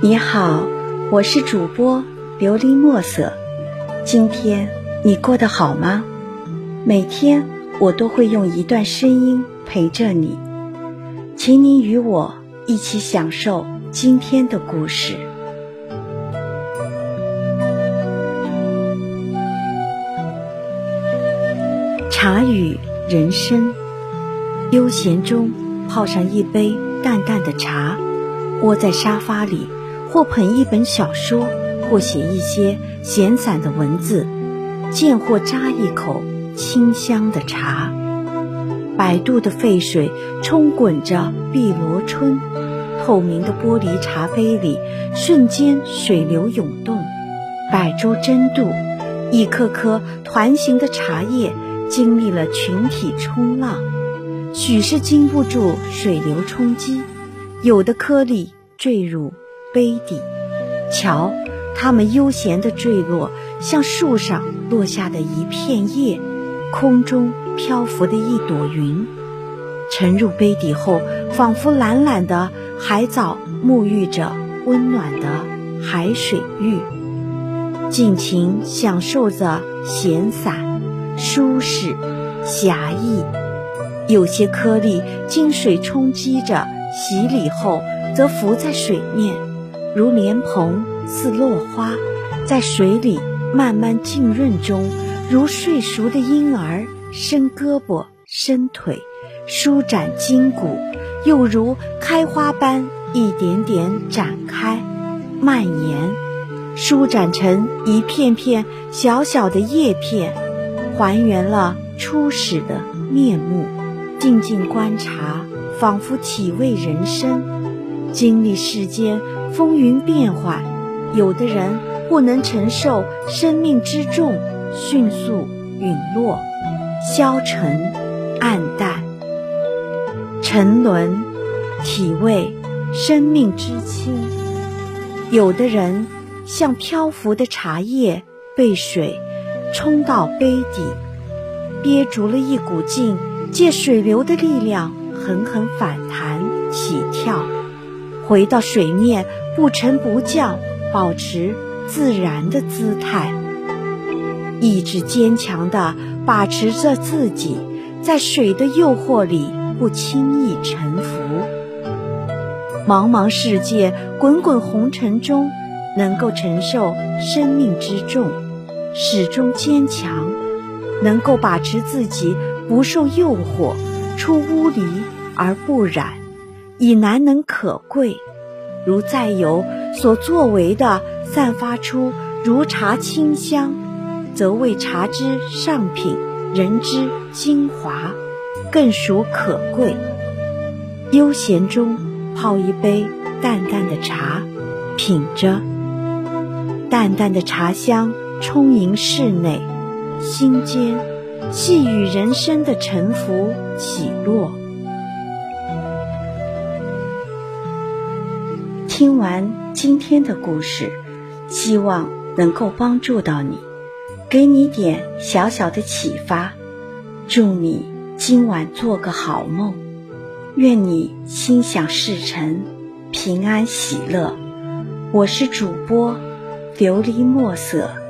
你好，我是主播琉璃墨色。今天你过得好吗？每天我都会用一段声音陪着你，请你与我一起享受今天的故事。茶语人生，悠闲中泡上一杯淡淡的茶，窝在沙发里，或捧一本小说，或写一些闲散的文字，见或扎一口清香的茶。百度的沸水冲滚着碧螺春，透明的玻璃茶杯里瞬间水流涌动，百株争渡，一颗颗团形的茶叶经历了群体冲浪，许是经不住水流冲击，有的颗粒坠入杯底，瞧，它们悠闲地坠落，像树上落下的一片叶，空中漂浮的一朵云，沉入杯底后，仿佛懒懒的海藻沐浴着温暖的海水浴，尽情享受着闲散、舒适、侠逸。有些颗粒经水冲击着洗礼后，则浮在水面，如莲蓬似落花，在水里慢慢浸润中，如睡熟的婴儿伸胳膊伸腿，舒展筋骨，又如开花般一点点展开蔓延，舒展成一片片小小的叶片，还原了初始的面目。静静观察，仿佛体味人生，经历世间风云变幻。有的人不能承受生命之重，迅速陨落，消沉暗淡，沉沦体味生命之轻。有的人像漂浮的茶叶，被水冲到杯底，憋足了一股劲，借水流的力量狠狠反弹起跳，回到水面，不沉不降，保持自然的姿态，意志坚强地把持着自己，在水的诱惑里不轻易臣服。茫茫世界，滚滚红尘中，能够承受生命之重，始终坚强，能够把持自己不受诱惑，出污泥而不染，已难能可贵。如再有所作为的散发出如茶清香，则为茶之上品，人之精华，更属可贵。悠闲中泡一杯淡淡的茶，品着淡淡的茶香充盈室内，心间细语人生的沉浮起落。听完今天的故事，希望能够帮助到你，给你点小小的启发。祝你今晚做个好梦，愿你心想事成，平安喜乐。我是主播琉璃墨色。